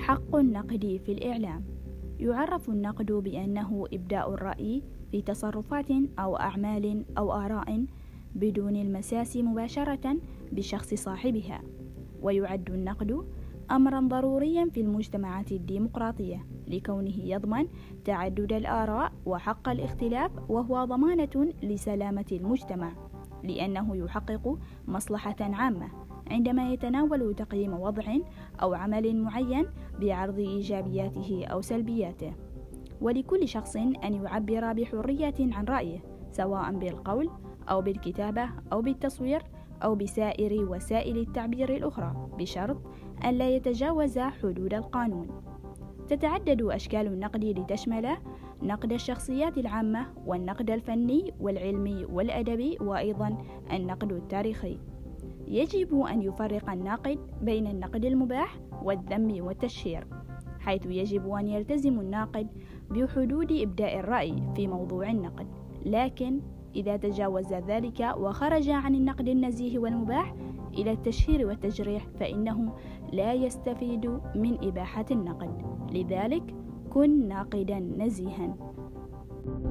حق النقد في الإعلام. يعرف النقد بأنه إبداء الرأي في تصرفات أو أعمال أو آراء بدون المساس مباشرة بشخص صاحبها. ويعد النقد أمرا ضروريا في المجتمعات الديمقراطية لكونه يضمن تعدد الآراء وحق الاختلاف، وهو ضمانة لسلامة المجتمع، لأنه يحقق مصلحة عامة عندما يتناول تقييم وضع أو عمل معين بعرض إيجابياته أو سلبياته. ولكل شخص أن يعبر بحرية عن رأيه، سواء بالقول أو بالكتابة أو بالتصوير أو بسائر وسائل التعبير الأخرى، بشرط أن لا يتجاوز حدود القانون. تتعدد أشكال النقد لتشمل نقد الشخصيات العامة، والنقد الفني والعلمي والأدبي، وأيضا النقد التاريخي. يجب أن يفرق الناقد بين النقد المباح والذم والتشهير، حيث يجب أن يلتزم الناقد بحدود إبداء الرأي في موضوع النقد، لكن إذا تجاوز ذلك وخرج عن النقد النزيه والمباح إلى التشهير والتجريح فإنه لا يستفيد من إباحة النقد. لذلك كن ناقدا نزيها.